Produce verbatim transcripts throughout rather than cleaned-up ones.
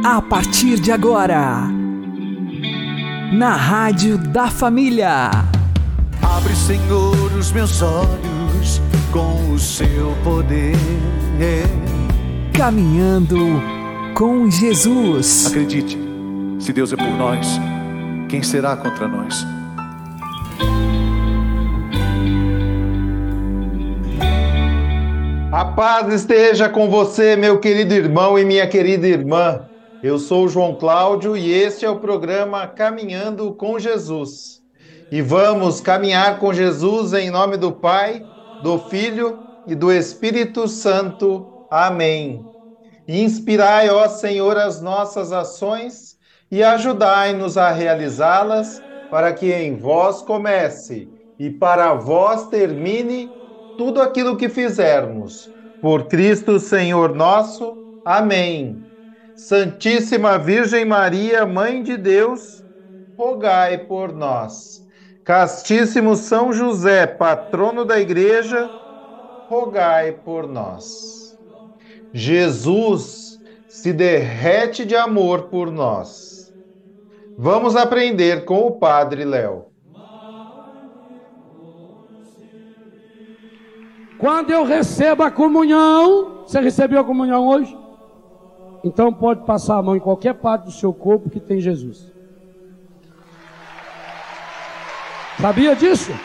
A partir de agora, na Rádio da Família. Abre, Senhor, os meus olhos com o seu poder. Caminhando com Jesus. Acredite, se Deus é por nós, quem será contra nós? A paz esteja com você, meu querido irmão e minha querida irmã. Eu sou o João Cláudio e este é o programa Caminhando com Jesus. E vamos caminhar com Jesus em nome do Pai, do Filho e do Espírito Santo. Amém. Inspirai, ó Senhor, as nossas ações e ajudai-nos a realizá-las, para que em vós comece e para vós termine tudo aquilo que fizermos. Por Cristo Senhor nosso. Amém. Santíssima Virgem Maria, Mãe de Deus, rogai por nós. Castíssimo São José, patrono da Igreja, rogai por nós. Jesus se derrete de amor por nós. Vamos aprender com o Padre Léo. Quando eu recebo a comunhão, você recebeu a comunhão hoje? Então pode passar a mão em qualquer parte do seu corpo que tem Jesus. Sabia disso?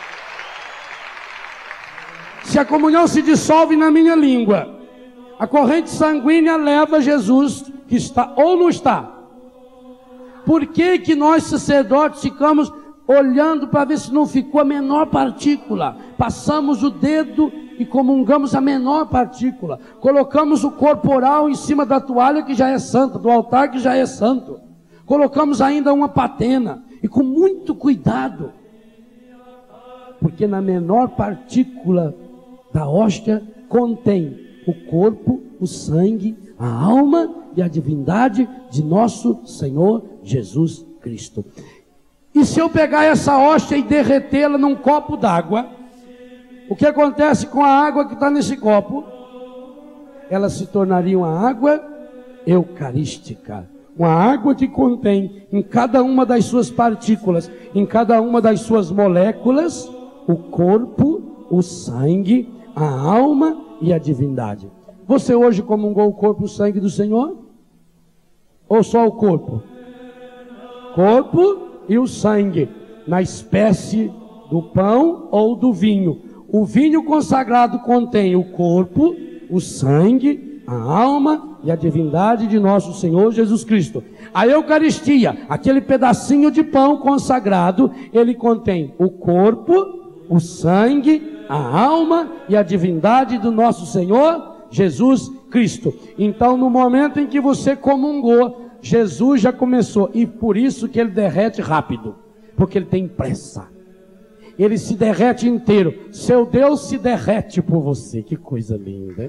Se a comunhão se dissolve na minha língua, a corrente sanguínea leva Jesus, que está ou não está. Por que que nós sacerdotes ficamos olhando para ver se não ficou a menor partícula? Passamos o dedo e comungamos a menor partícula. Colocamos o corporal em cima da toalha que já é santa, do altar que já é santo. Colocamos ainda uma patena. E com muito cuidado. Porque na menor partícula da hóstia contém o corpo, o sangue, a alma e a divindade de nosso Senhor Jesus Cristo. E se eu pegar essa hóstia e derretê-la num copo d'água, o que acontece com a água que está nesse copo? Ela se tornaria uma água eucarística. Uma água que contém em cada uma das suas partículas, em cada uma das suas moléculas, o corpo, o sangue, a alma e a divindade. Você hoje comungou o corpo e o sangue do Senhor? Ou só o corpo? Corpo e o sangue, na espécie do pão ou do vinho. O vinho consagrado contém o corpo, o sangue, a alma e a divindade de nosso Senhor Jesus Cristo. A Eucaristia, aquele pedacinho de pão consagrado, ele contém o corpo, o sangue, a alma e a divindade do nosso Senhor Jesus Cristo. Então, no momento em que você comungou, Jesus já começou, e por isso que ele derrete rápido, porque ele tem pressa. Ele se derrete inteiro. Seu Deus se derrete por você. Que coisa linda, hein?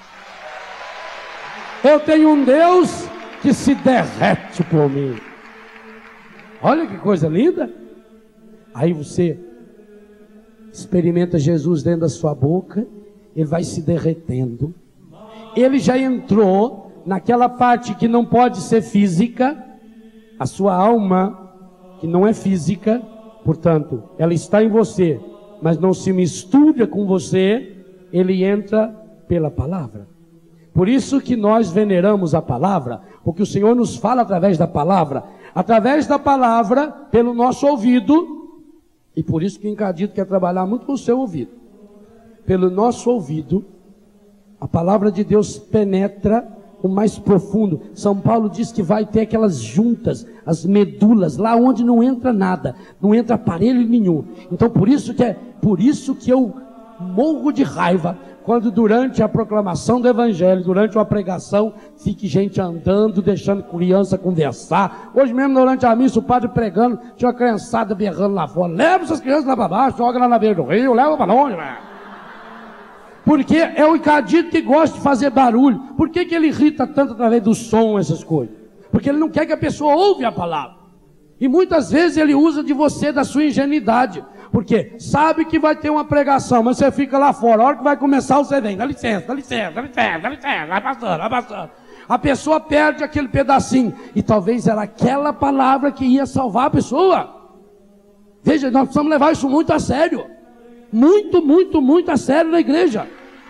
Eu tenho um Deus que se derrete por mim. Olha que coisa linda. Aí você experimenta Jesus dentro da sua boca. Ele vai se derretendo. Ele já entrou naquela parte que não pode ser física, a sua alma, que não é física, portanto, ela está em você, mas não se mistura com você. Ele entra pela palavra. Por isso que nós veneramos a palavra, porque o Senhor nos fala através da palavra, através da palavra, pelo nosso ouvido, e por isso que o Encadito quer trabalhar muito com o seu ouvido. Pelo nosso ouvido, a palavra de Deus penetra o mais profundo. São Paulo diz que vai ter aquelas juntas, as medulas, lá onde não entra nada, não entra aparelho nenhum. Então por isso que é, por isso que eu morro de raiva quando durante a proclamação do Evangelho, durante uma pregação, fique gente andando, deixando criança conversar. Hoje mesmo, durante a missa, o padre pregando, tinha uma criançada berrando lá fora. Leva essas crianças lá para baixo, joga lá na beira do rio, leva para longe, velho. Porque é o Encadito que gosta de fazer barulho. Por que que ele irrita tanto através do som, essas coisas? Porque ele não quer que a pessoa ouve a palavra. E muitas vezes ele usa de você, da sua ingenuidade. Porque sabe que vai ter uma pregação, mas você fica lá fora. A hora que vai começar, você vem, dá licença, dá licença, dá licença, dá licença, vai passando, vai passando. a pessoa perde aquele pedacinho, e talvez era aquela palavra que ia salvar a pessoa. Veja, nós precisamos levar isso muito a sério, muito, muito, muito a sério na igreja.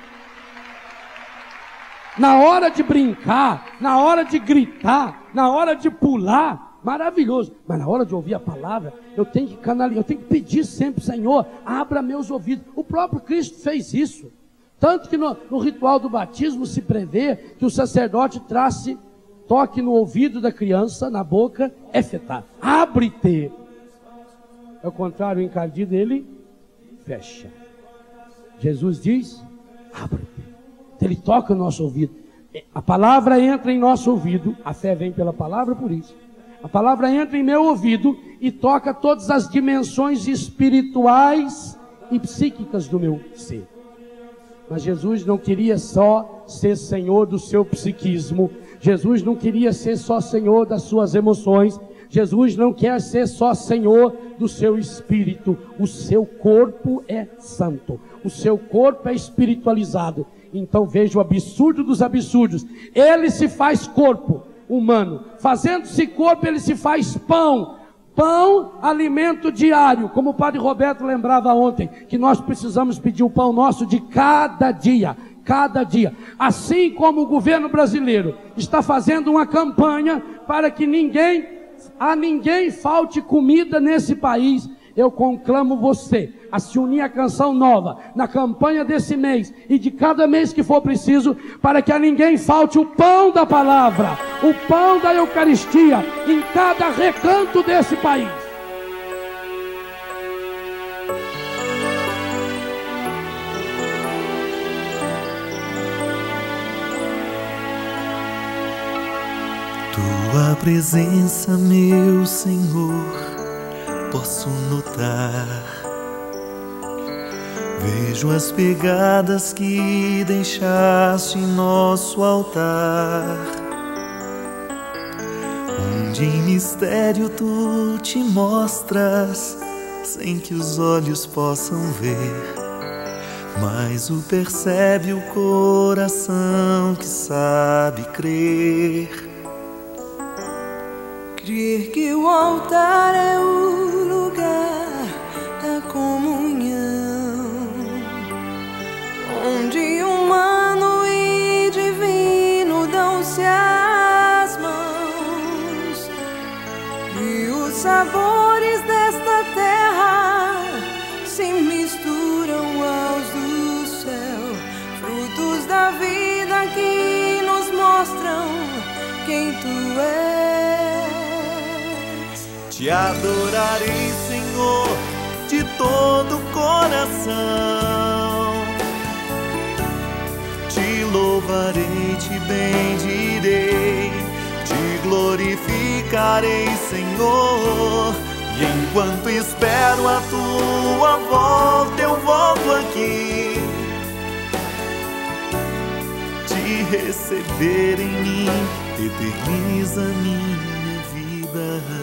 Na hora de brincar, na hora de gritar, na hora de pular, maravilhoso, mas na hora de ouvir a palavra, eu tenho que canalizar, eu tenho que pedir sempre: Senhor, abra meus ouvidos. O próprio Cristo fez isso, tanto que no, no ritual do batismo se prevê que o sacerdote trace, toque no ouvido da criança, na boca, efetá, abre-te. Ao contrário, o encardido, ele fecha. Jesus diz: abre-te. Ele toca o nosso ouvido. A palavra entra em nosso ouvido. A fé vem pela palavra, por isso. A palavra entra em meu ouvido e toca todas as dimensões espirituais e psíquicas do meu ser. Mas Jesus não queria só ser Senhor do seu psiquismo. Jesus não queria ser só Senhor das suas emoções. Jesus não quer ser só Senhor do seu espírito. O seu corpo é santo. O seu corpo é espiritualizado. Então veja o absurdo dos absurdos. Ele se faz corpo humano. Fazendo-se corpo, ele se faz pão. Pão, alimento diário. Como o padre Roberto lembrava ontem, que nós precisamos pedir o pão nosso de cada dia. Cada dia. Assim como o governo brasileiro está fazendo uma campanha para que ninguém, a ninguém falte comida nesse país, eu conclamo você a se unir à Canção Nova, na campanha desse mês e de cada mês que for preciso, para que a ninguém falte o pão da palavra, o pão da Eucaristia, em cada recanto desse país. Tua presença, meu Senhor, posso notar. Vejo as pegadas que deixaste em nosso altar, onde em mistério tu te mostras, sem que os olhos possam ver, mas o percebe o coração que sabe crer. Crer que o altar é o lugar da comunhão, onde humano e divino dão-se as mãos, e os sabores desta terra se misturam aos do céu, frutos da vida que nos mostram quem tu és. Te adorarei, Senhor, de todo o coração. Te louvarei, te bendirei, te glorificarei, Senhor. E enquanto espero a tua volta, eu volto aqui, te receber em mim, eterniza minha vida.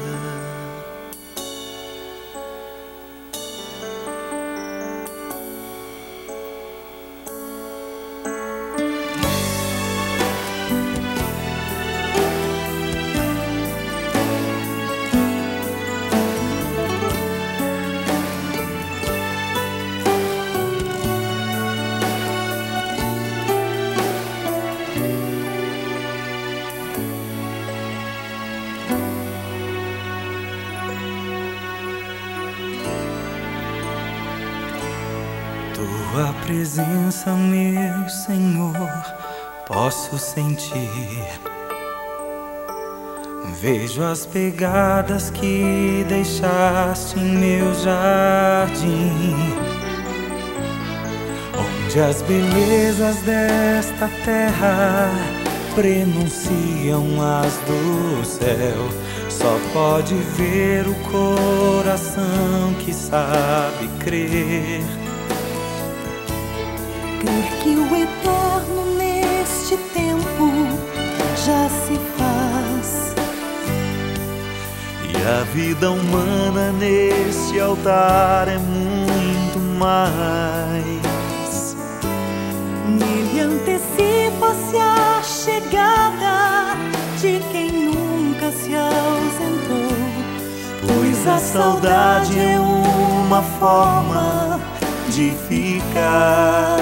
Tua presença, meu Senhor, posso sentir. Vejo as pegadas que deixaste em meu jardim, onde as belezas desta terra prenunciam as do céu. Só pode ver o coração que sabe crer. Crer que o eterno neste tempo já se faz, e a vida humana neste altar é muito mais. Nele antecipa-se a chegada saudade é uma forma de ficar.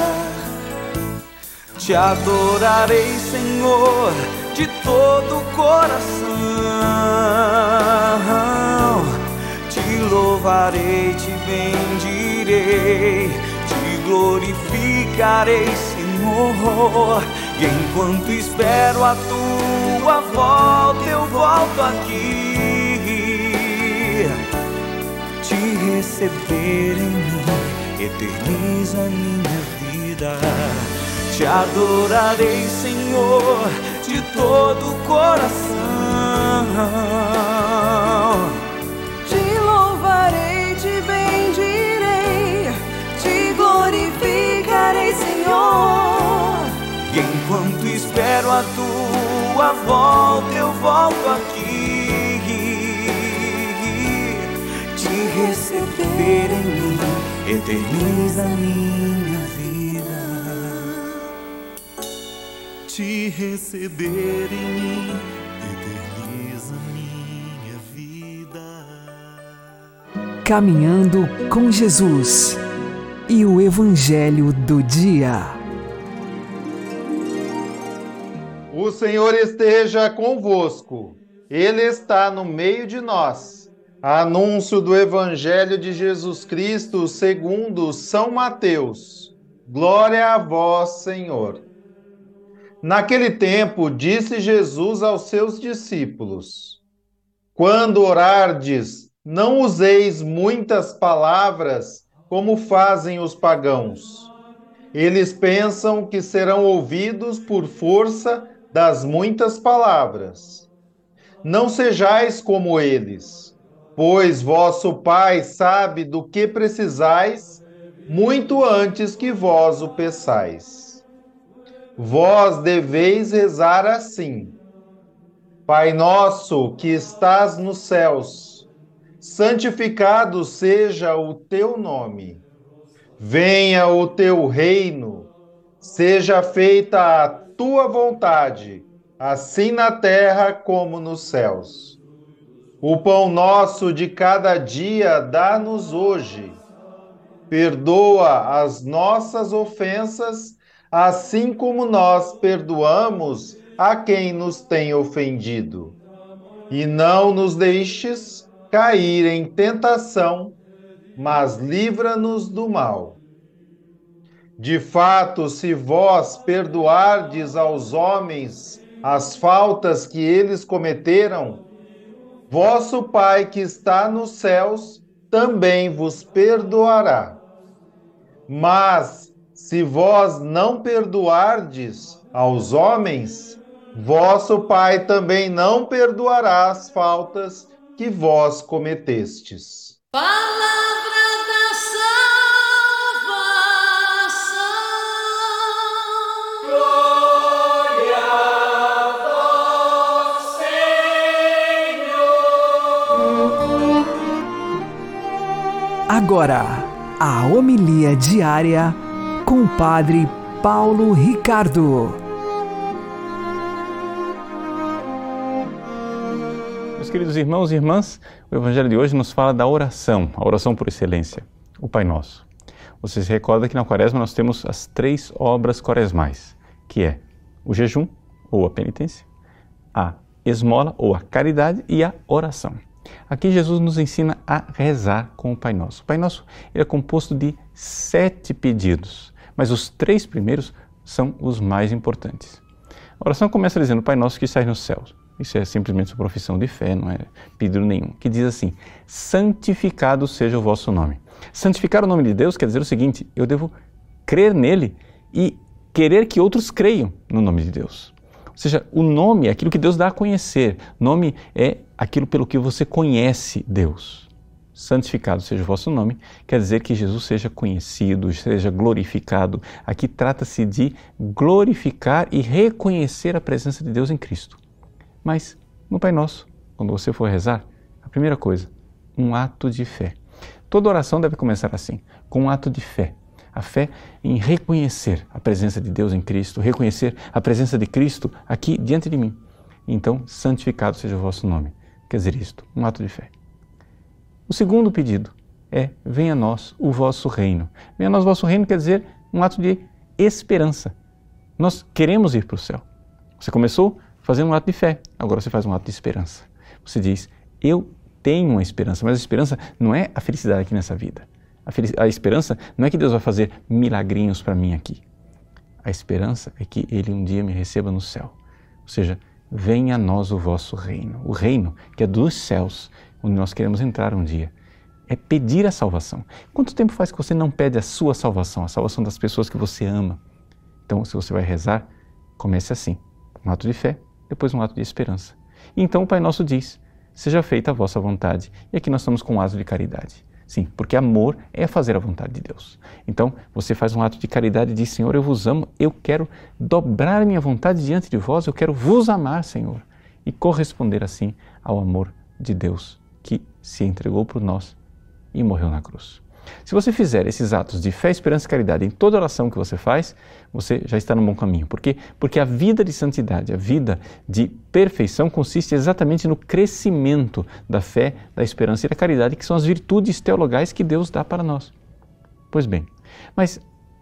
Te adorarei, Senhor, de todo o coração. Te louvarei, te bendirei, te glorificarei, Senhor. E enquanto espero a tua volta, eu volto aqui. Te receber em mim eterniza a minha vida. Te adorarei, Senhor, de todo o coração. Te louvarei, te bendirei, te glorificarei, Senhor. E enquanto espero a tua volta, eu volto aqui. Te receber em mim eterniza a minha vida. Te receber em mim eterniza a minha vida. Caminhando com Jesus e o Evangelho do Dia. O Senhor esteja convosco, Ele está no meio de nós. Anúncio do Evangelho de Jesus Cristo segundo São Mateus. Glória a vós, Senhor. Naquele tempo, disse Jesus aos seus discípulos: quando orardes, não useis muitas palavras, como fazem os pagãos. Eles pensam que serão ouvidos por força das muitas palavras. Não sejais como eles, pois vosso Pai sabe do que precisais, muito antes que vós o peçais. Vós deveis rezar assim: Pai nosso que estás nos céus, santificado seja o teu nome. Venha o teu reino, seja feita a tua vontade, assim na terra como nos céus. O pão nosso de cada dia dá-nos hoje. Perdoa as nossas ofensas, assim como nós perdoamos a quem nos tem ofendido. E não nos deixes cair em tentação, mas livra-nos do mal. De fato, se vós perdoardes aos homens as faltas que eles cometeram, vosso Pai que está nos céus também vos perdoará. Mas, se vós não perdoardes aos homens, vosso Pai também não perdoará as faltas que vós cometestes. Palavra da salvação. Glória a vós, Senhor. Agora, a homilia diária com o Padre Paulo Ricardo. Meus queridos irmãos e irmãs, o Evangelho de hoje nos fala da oração, a oração por excelência, o Pai Nosso. Você se recorda que na Quaresma nós temos as três obras quaresmais, que é o jejum, ou a penitência, a esmola, ou a caridade, e a oração. Aqui Jesus nos ensina a rezar com o Pai Nosso. O Pai Nosso ele é composto de sete pedidos, mas os três primeiros são os mais importantes. A oração começa dizendo: Pai Nosso que estás nos céus. Isso é simplesmente sua profissão de fé, não é pedido nenhum. Que diz assim: santificado seja o vosso nome. Santificar o nome de Deus quer dizer o seguinte: eu devo crer nele e querer que outros creiam no nome de Deus. Ou seja, o nome é aquilo que Deus dá a conhecer. Nome é aquilo pelo que você conhece Deus. Santificado seja o vosso nome, quer dizer que Jesus seja conhecido, seja glorificado. Aqui trata-se de glorificar e reconhecer a presença de Deus em Cristo. Mas no Pai Nosso, quando você for rezar, a primeira coisa, um ato de fé. Toda oração deve começar assim, com um ato de fé. A fé em reconhecer a presença de Deus em Cristo, reconhecer a presença de Cristo aqui diante de mim. Então, santificado seja o vosso nome. Quer dizer isto, um ato de fé. O O segundo pedido é: venha a nós o vosso reino. Venha a nós o vosso reino quer dizer um ato de esperança. Nós queremos ir para o céu. Você começou fazendo um ato de fé, agora você faz um ato de esperança. Você diz: eu tenho uma esperança, mas a esperança não é a felicidade aqui nessa vida. A, felic... a esperança não é que Deus vai fazer milagrinhos para mim aqui. A esperança é que Ele um dia me receba no céu. Ou seja, venha a nós o vosso reino. O reino que é dos céus, onde nós queremos entrar um dia. É pedir a salvação. Quanto tempo faz que você não pede a sua salvação, a salvação das pessoas que você ama? Então, se você vai rezar, comece assim. Um ato de fé, depois um ato de esperança. E então o Pai Nosso diz: seja feita a vossa vontade. E aqui nós estamos com um ato de caridade. Sim, porque amor é fazer a vontade de Deus. Então, você faz um ato de caridade e diz: Senhor, eu vos amo, eu quero dobrar minha vontade diante de vós, eu quero vos amar, Senhor. E corresponder assim ao amor de Deus, que se entregou por nós e morreu na cruz. Se você fizer esses atos de fé, esperança e caridade em toda oração que você faz, você já está no bom caminho. Por quê? Porque a vida de santidade, a vida de perfeição consiste exatamente no crescimento da fé, da esperança e da caridade, que são as virtudes teologais que Deus dá para nós. Pois bem, mas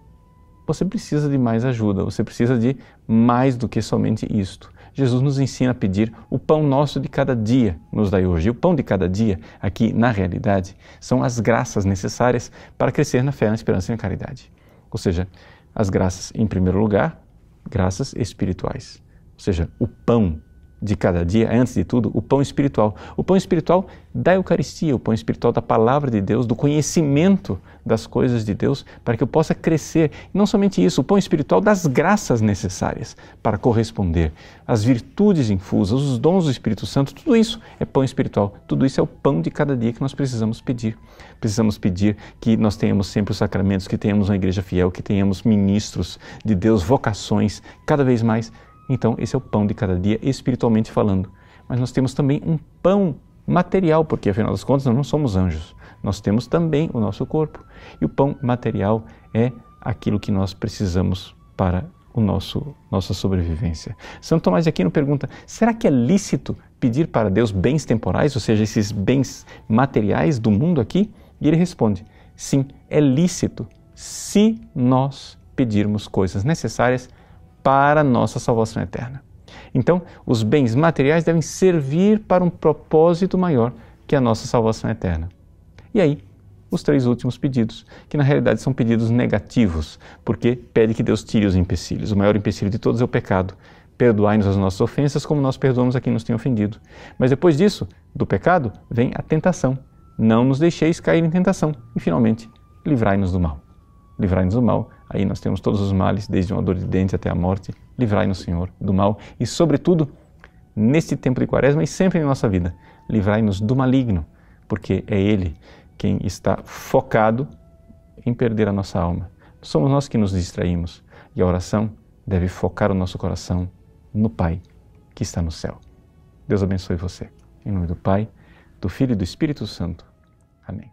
você precisa de mais ajuda, você precisa de mais do que somente isto. Jesus nos ensina a pedir o pão nosso de cada dia, nos dai hoje. E o pão de cada dia, aqui na realidade, são as graças necessárias para crescer na fé, na esperança e na caridade. Ou seja, as graças, em primeiro lugar, graças espirituais. Ou seja, o pão de cada dia, antes de tudo, o pão espiritual. O pão espiritual da Eucaristia, o pão espiritual da Palavra de Deus, do conhecimento das coisas de Deus, para que eu possa crescer. E não somente isso, o pão espiritual das graças necessárias para corresponder, as virtudes infusas, os dons do Espírito Santo, tudo isso é pão espiritual. Tudo isso é o pão de cada dia que nós precisamos pedir. Precisamos pedir que nós tenhamos sempre os sacramentos, que tenhamos uma igreja fiel, que tenhamos ministros de Deus, vocações, cada vez mais. Então, esse é o pão de cada dia, espiritualmente falando. Mas nós temos também um pão material, porque afinal das contas nós não somos anjos. Nós temos também o nosso corpo. E o pão material é aquilo que nós precisamos para o nosso, nossa sobrevivência. Santo Tomás de Aquino pergunta: será que é lícito pedir para Deus bens temporais, ou seja, esses bens materiais do mundo aqui? E ele responde: sim, é lícito se nós pedirmos coisas necessárias para a nossa salvação eterna. Então, os bens materiais devem servir para um propósito maior que a nossa salvação eterna. E aí, os três últimos pedidos, que na realidade são pedidos negativos, porque pede que Deus tire os empecilhos. O maior empecilho de todos é o pecado. Perdoai-nos as nossas ofensas, como nós perdoamos a quem nos tem ofendido. Mas depois disso, do pecado, vem a tentação. Não nos deixeis cair em tentação. E, finalmente, livrai-nos do mal. Livrai-nos do mal. Aí nós temos todos os males, desde uma dor de dente até a morte. Livrai-nos, Senhor, do mal. E, sobretudo, neste tempo de Quaresma e sempre em nossa vida, livrai-nos do maligno, porque é Ele quem está focado em perder a nossa alma. Somos nós que nos distraímos. E a oração deve focar o nosso coração no Pai, que está no céu. Deus abençoe você. Em nome do Pai, do Filho e do Espírito Santo. Amém.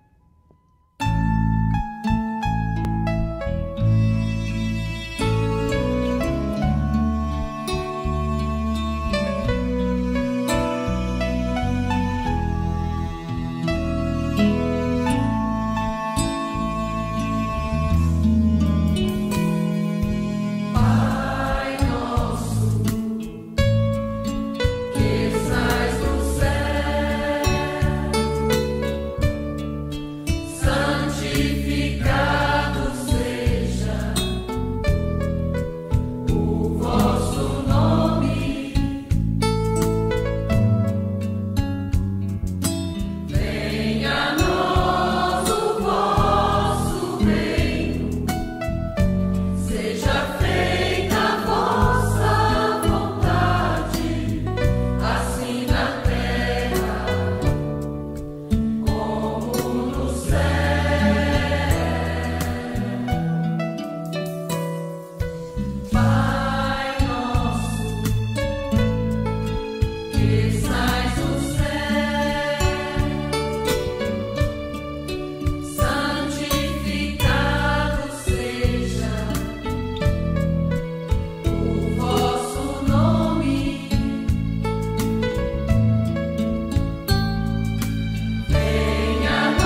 Venha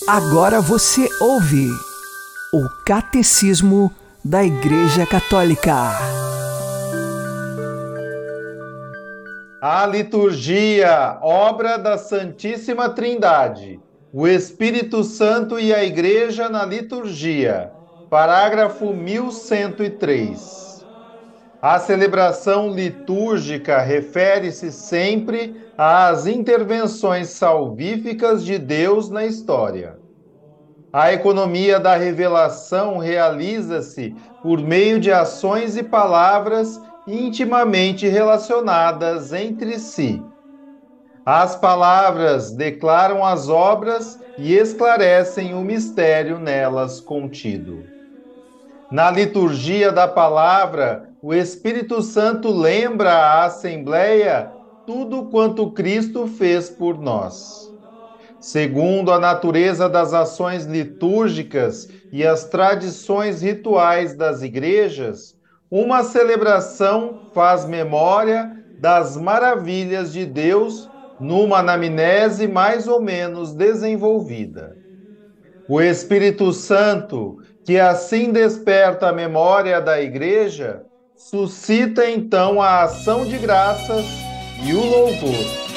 Agora você ouve o Catecismo da Igreja Católica. A liturgia, obra da Santíssima Trindade, o Espírito Santo e a Igreja na liturgia. Parágrafo mil cento e três. A celebração litúrgica refere-se sempre às intervenções salvíficas de Deus na história. A economia da revelação realiza-se por meio de ações e palavras intimamente relacionadas entre si. As palavras declaram as obras e esclarecem o mistério nelas contido. Na liturgia da palavra, o Espírito Santo lembra à Assembleia tudo quanto Cristo fez por nós. Segundo a natureza das ações litúrgicas e as tradições rituais das igrejas, uma celebração faz memória das maravilhas de Deus numa anamnese mais ou menos desenvolvida. O Espírito Santo, que assim desperta a memória da Igreja, suscita então a ação de graças e o louvor.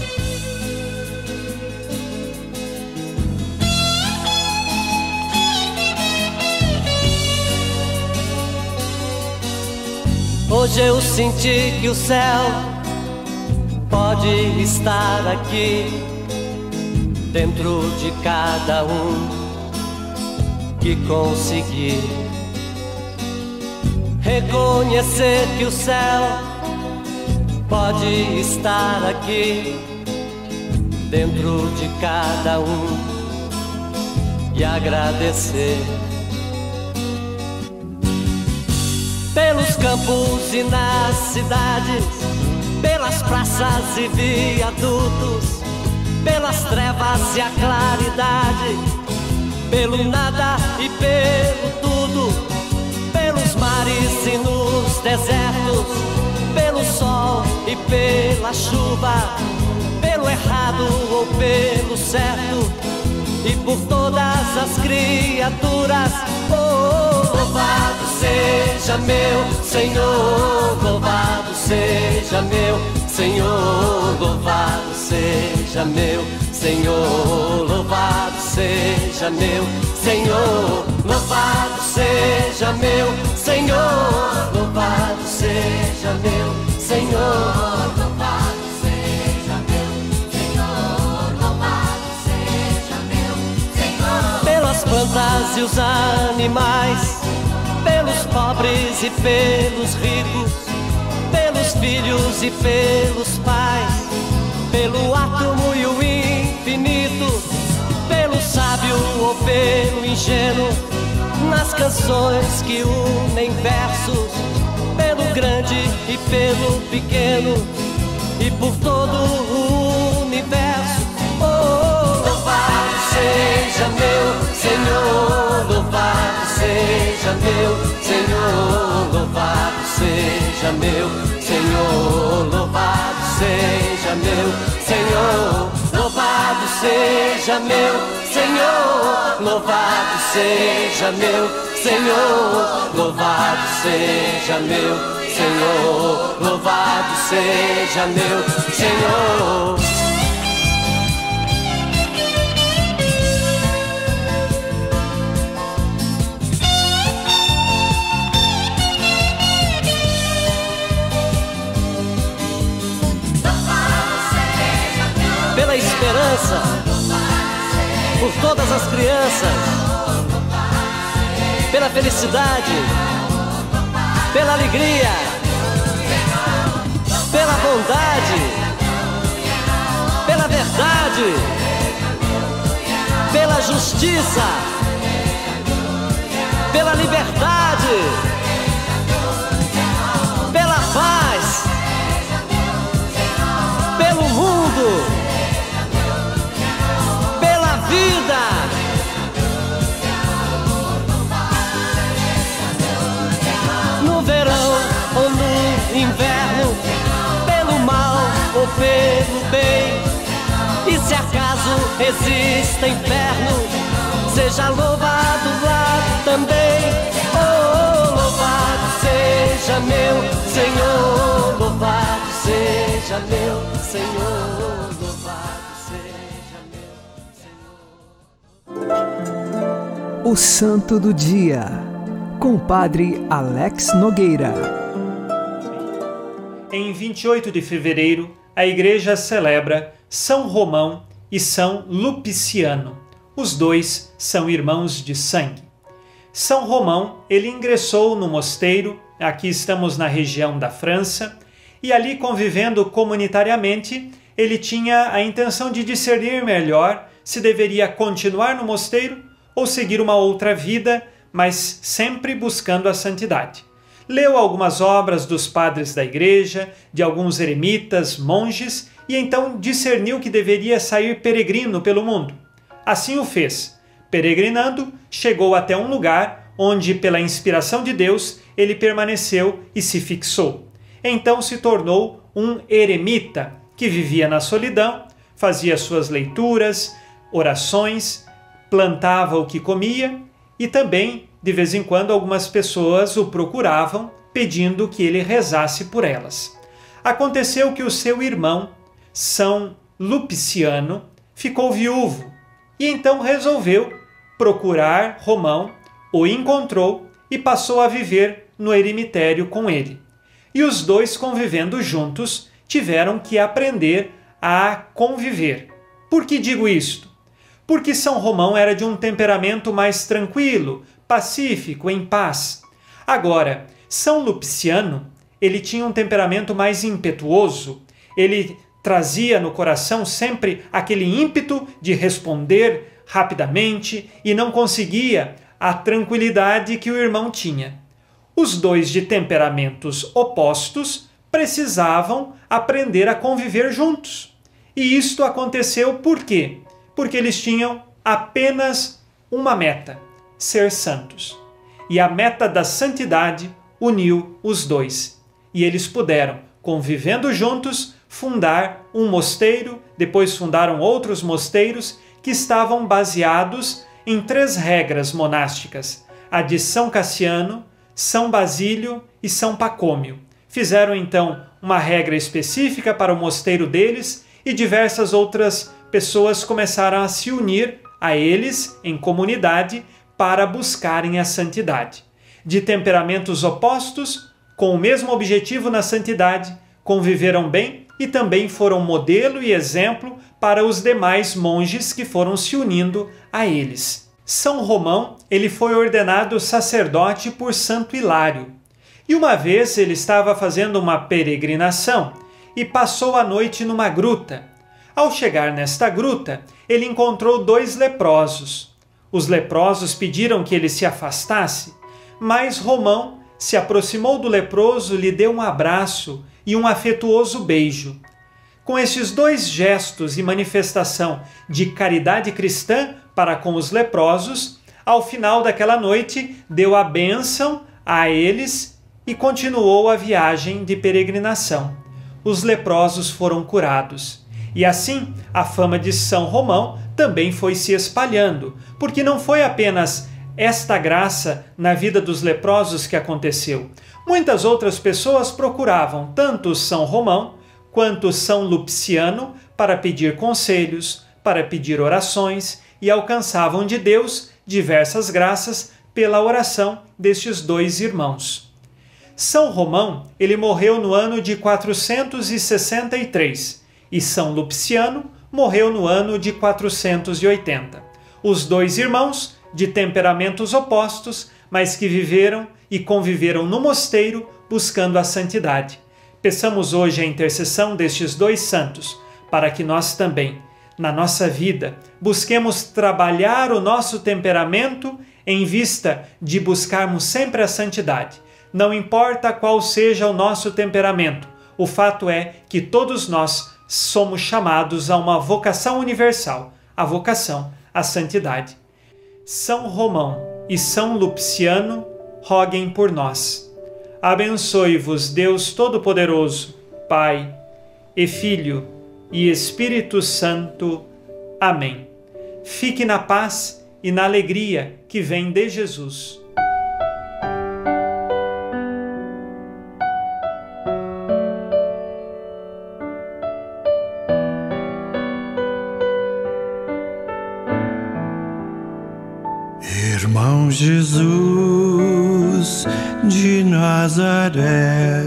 Hoje eu senti que o céu pode estar aqui, dentro de cada um que conseguir reconhecer que o céu pode estar aqui, dentro de cada um, e agradecer. Pelos campos e nas cidades, pelas praças e viadutos, pelas trevas e a claridade, pelo nada e pelo tudo, pelos mares e nos desertos, pelo sol e pela chuva, pelo errado ou pelo certo, e por todas as criaturas. Oh, louvado seja meu Senhor, louvado seja meu Senhor, louvado seja meu Senhor, louvado seja meu Senhor, louvado seja meu Senhor, louvado seja meu Senhor, louvado seja meu Senhor, louvado seja meu Senhor. Pelas plantas e os animais, pelos pobres e pelos ricos, pelos filhos e pelos pais, pelo átomo e o infinito, pelo sábio ou pelo ingênuo, nas canções que unem versos, pelo grande e pelo pequeno, e por todo o universo. Oh, louvado seja meu Senhor, louvado seja meu Senhor, louvado seja meu Senhor, louvado seja meu Senhor, louvado seja meu Senhor, louvado seja meu Senhor, louvado seja meu Senhor, louvado seja meu Senhor. Pela esperança, por todas as crianças, pela felicidade, pela alegria, pela bondade, pela verdade, pela justiça, pela liberdade, pela paz, pelo mundo, vida. No verão ou no inverno, pelo mal ou pelo bem, e se acaso exista inferno, seja louvado lá também. Oh, louvado seja meu Senhor, louvado seja meu Senhor, louvado seja meu Senhor. O Santo do Dia, com o Padre Alex Nogueira. Em vinte e oito de fevereiro, a Igreja celebra São Romão e São Lupiciano. Os dois são irmãos de sangue. São Romão, ele ingressou no mosteiro, aqui estamos na região da França, e ali convivendo comunitariamente, ele tinha a intenção de discernir melhor se deveria continuar no mosteiro ou seguir uma outra vida, mas sempre buscando a santidade. Leu algumas obras dos padres da igreja, de alguns eremitas, monges, e então discerniu que deveria sair peregrino pelo mundo. Assim o fez. Peregrinando, chegou até um lugar onde, pela inspiração de Deus, ele permaneceu e se fixou. Então se tornou um eremita, que vivia na solidão, fazia suas leituras, orações, plantava o que comia e também, de vez em quando, algumas pessoas o procuravam, pedindo que ele rezasse por elas. Aconteceu que o seu irmão, São Lupiciano, ficou viúvo e então resolveu procurar Romão, o encontrou e passou a viver no eremitério com ele. E os dois, convivendo juntos, tiveram que aprender a conviver. Por que digo isto? Porque São Romão era de um temperamento mais tranquilo, pacífico, em paz. Agora, São Lupiciano, ele tinha um temperamento mais impetuoso, ele trazia no coração sempre aquele ímpeto de responder rapidamente e não conseguia a tranquilidade que o irmão tinha. Os dois de temperamentos opostos precisavam aprender a conviver juntos. E isto aconteceu por quê? Porque eles tinham apenas uma meta: ser santos. E a meta da santidade uniu os dois. E eles puderam, convivendo juntos, fundar um mosteiro, depois fundaram outros mosteiros que estavam baseados em três regras monásticas: a de São Cassiano, São Basílio e São Pacômio. Fizeram então uma regra específica para o mosteiro deles e diversas outras pessoas começaram a se unir a eles em comunidade para buscarem a santidade. De temperamentos opostos, com o mesmo objetivo na santidade, conviveram bem e também foram modelo e exemplo para os demais monges que foram se unindo a eles. São Romão, ele foi ordenado sacerdote por Santo Hilário. E uma vez ele estava fazendo uma peregrinação e passou a noite numa gruta. Ao chegar nesta gruta, ele encontrou dois leprosos. Os leprosos pediram que ele se afastasse, mas Romão se aproximou do leproso, lhe deu um abraço e um afetuoso beijo. Com estes dois gestos e manifestação de caridade cristã para com os leprosos, ao final daquela noite deu a bênção a eles e continuou a viagem de peregrinação. Os leprosos foram curados. E assim, a fama de São Romão também foi se espalhando, porque não foi apenas esta graça na vida dos leprosos que aconteceu. Muitas outras pessoas procuravam tanto São Romão quanto São Lupiciano para pedir conselhos, para pedir orações e alcançavam de Deus diversas graças pela oração destes dois irmãos. São Romão, ele morreu no ano de quatrocentos e sessenta e três e São Lupiciano morreu no ano de quatrocentos e oitenta. Os dois irmãos, de temperamentos opostos, mas que viveram e conviveram no mosteiro buscando a santidade. Peçamos hoje a intercessão destes dois santos, para que nós também, na nossa vida, busquemos trabalhar o nosso temperamento em vista de buscarmos sempre a santidade. Não importa qual seja o nosso temperamento, o fato é que todos nós somos chamados a uma vocação universal, a vocação à santidade. São Romão e São Lupiciano, roguem por nós. Abençoe-vos Deus Todo-Poderoso, Pai e Filho e Espírito Santo. Amém. Fique na paz e na alegria que vem de Jesus. Irmão Jesus de Nazaré,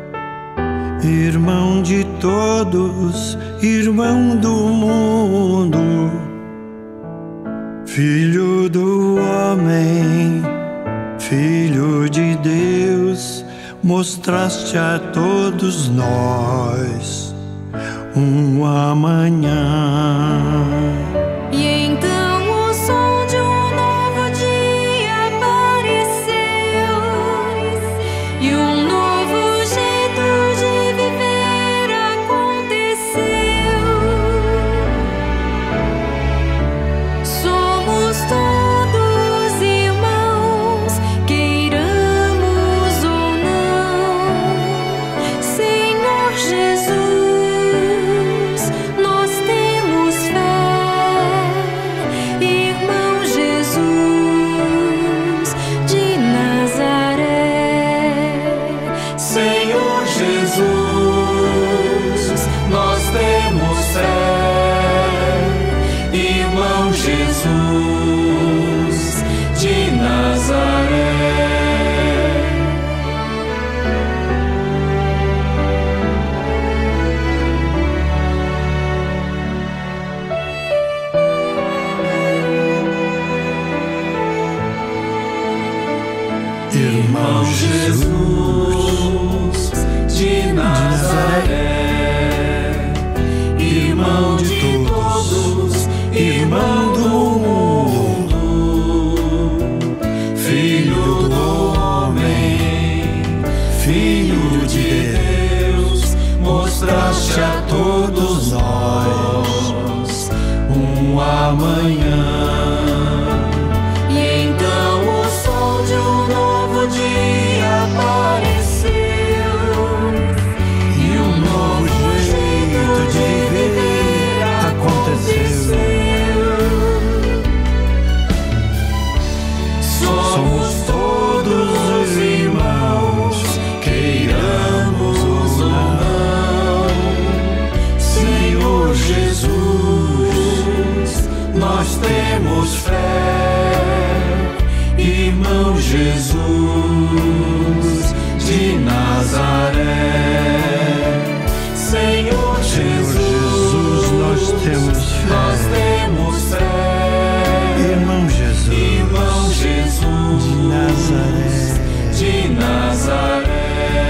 irmão de todos, irmão do mundo, filho do homem, filho de Deus, mostraste a todos nós um amanhã. E então o sol de um novo dia apareceu, e um novo jeito de viver aconteceu. Somos todos irmãos, queiramos ou não. Senhor Jesus, nós temos fé. Irmão Jesus de Nazaré. Senhor Jesus, nós temos fé. Irmão Jesus de Nazaré. Irmão Jesus de Nazaré, irmão de todos, irmão do mundo, filho do homem, filho de Deus, mostraste a todos nós um amanhã. E então o sol de um novo dia apareceu, e um novo jeito de viver aconteceu. Somos todos irmãos, queiramos ou não. Senhor Jesus, nós temos fé. Irmão Jesus de Nazaré. Senhor Jesus, nós temos fé. Nós temos fé. Irmão Jesus, irmão Jesus de Nazaré. De Nazaré.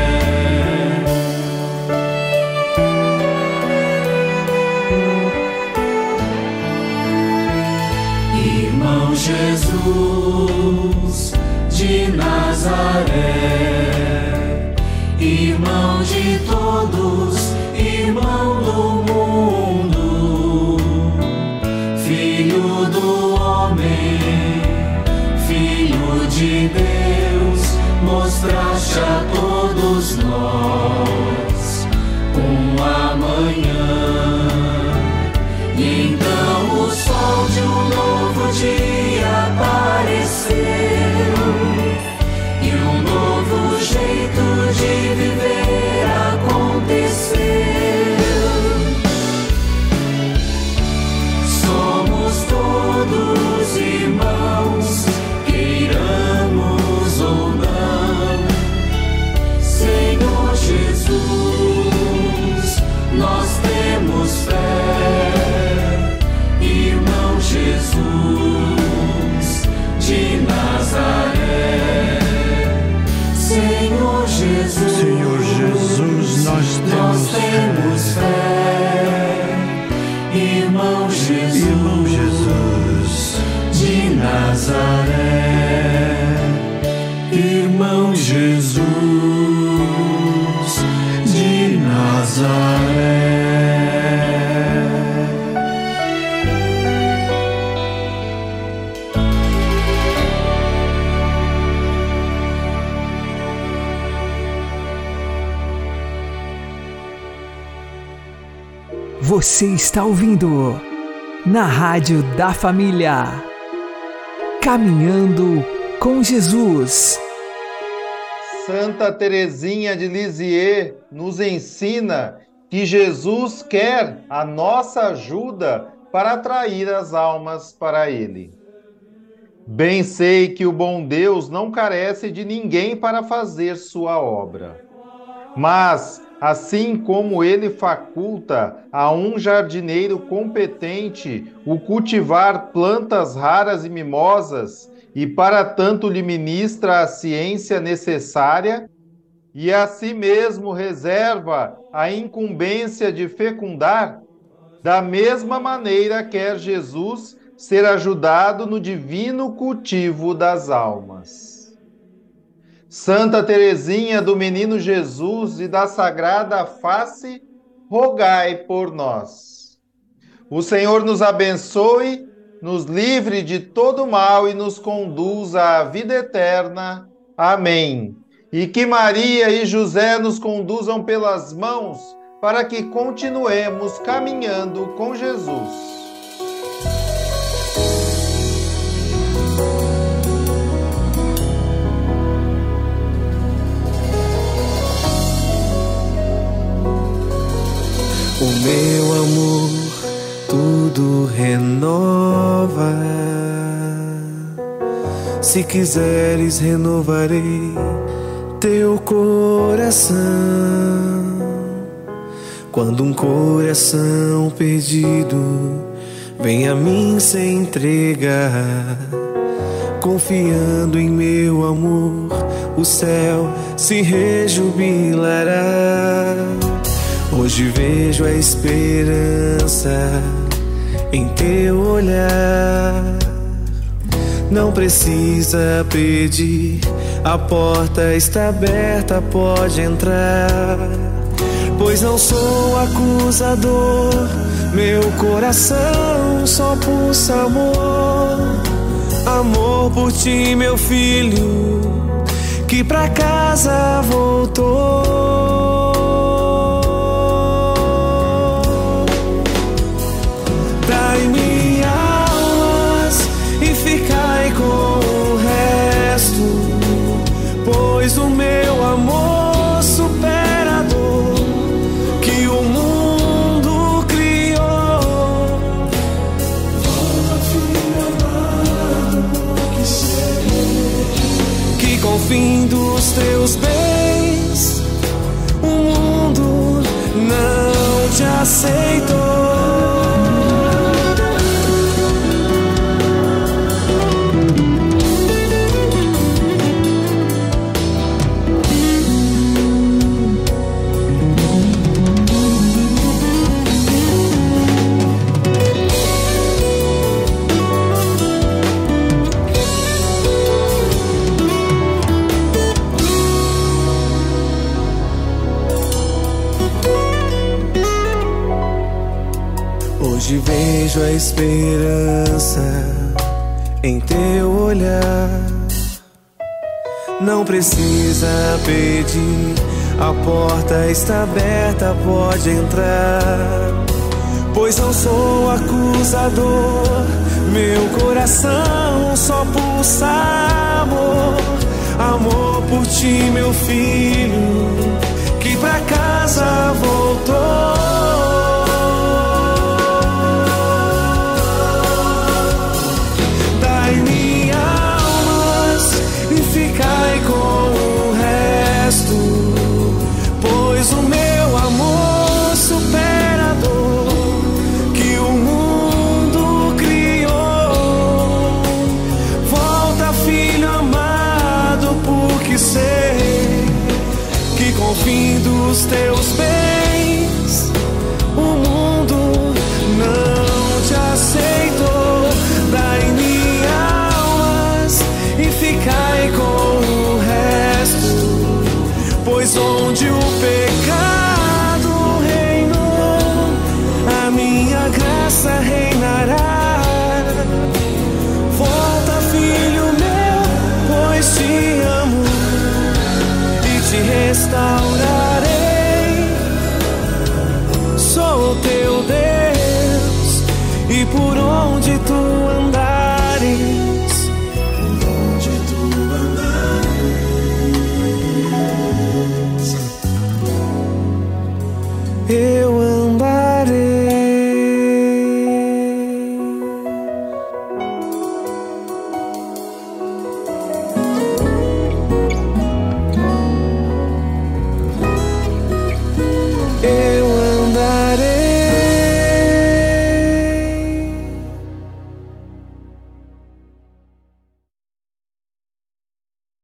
Irmão Jesus de Nazaré, irmão de todos, irmão do mundo, filho do homem, filho de Deus, mostraste a todos nós um amanhã. E então o sol de um novo dia apareceu, e um novo jeito de viver aconteceu. Somos todos irmãos, queiramos ou não. Senhor Jesus, nós temos fé. Irmão Jesus de Nazaré. Senhor Jesus, Senhor Jesus, nós temos, nós temos fé. Irmão Jesus, irmão Jesus de Nazaré. Irmão Jesus de Nazaré. Você está ouvindo na Rádio da Família. Caminhando com Jesus. Santa Teresinha de Lisieux nos ensina que Jesus quer a nossa ajuda para atrair as almas para Ele. Bem sei que o bom Deus não carece de ninguém para fazer sua obra. Mas, assim como Ele faculta a um jardineiro competente o cultivar plantas raras e mimosas, e para tanto lhe ministra a ciência necessária, e a si mesmo reserva a incumbência de fecundar, da mesma maneira quer Jesus ser ajudado no divino cultivo das almas. Santa Teresinha do Menino Jesus e da Sagrada Face, rogai por nós. O Senhor nos abençoe, nos livre de todo mal e nos conduza à vida eterna. Amém. E que Maria e José nos conduzam pelas mãos para que continuemos caminhando com Jesus. O meu amor tudo renova. Se quiseres, renovarei teu coração. Quando um coração perdido vem a mim se entregar, confiando em meu amor, o céu se rejubilará. Hoje vejo a esperança em teu olhar. Não precisa pedir, a porta está aberta, pode entrar. Pois não sou acusador, meu coração só pulsa amor. Amor por ti, meu filho, que pra casa voltou. Dai-me almas e ficai com o resto, pois o meu amor supera a dor que o mundo criou. Volta, filho amado, que sei que com o fim dos teus bens o mundo não te aceitou. Hoje vejo a esperança em teu olhar. Não precisa pedir, a porta está aberta, pode entrar. Pois não sou acusador, meu coração só pulsa amor. Amor por ti, meu filho, que pra casa voltou. Ficai com o resto, pois o meu amor supera a dor que o mundo criou. Volta, filho amado, porque sei que com o fim dos teus bens eu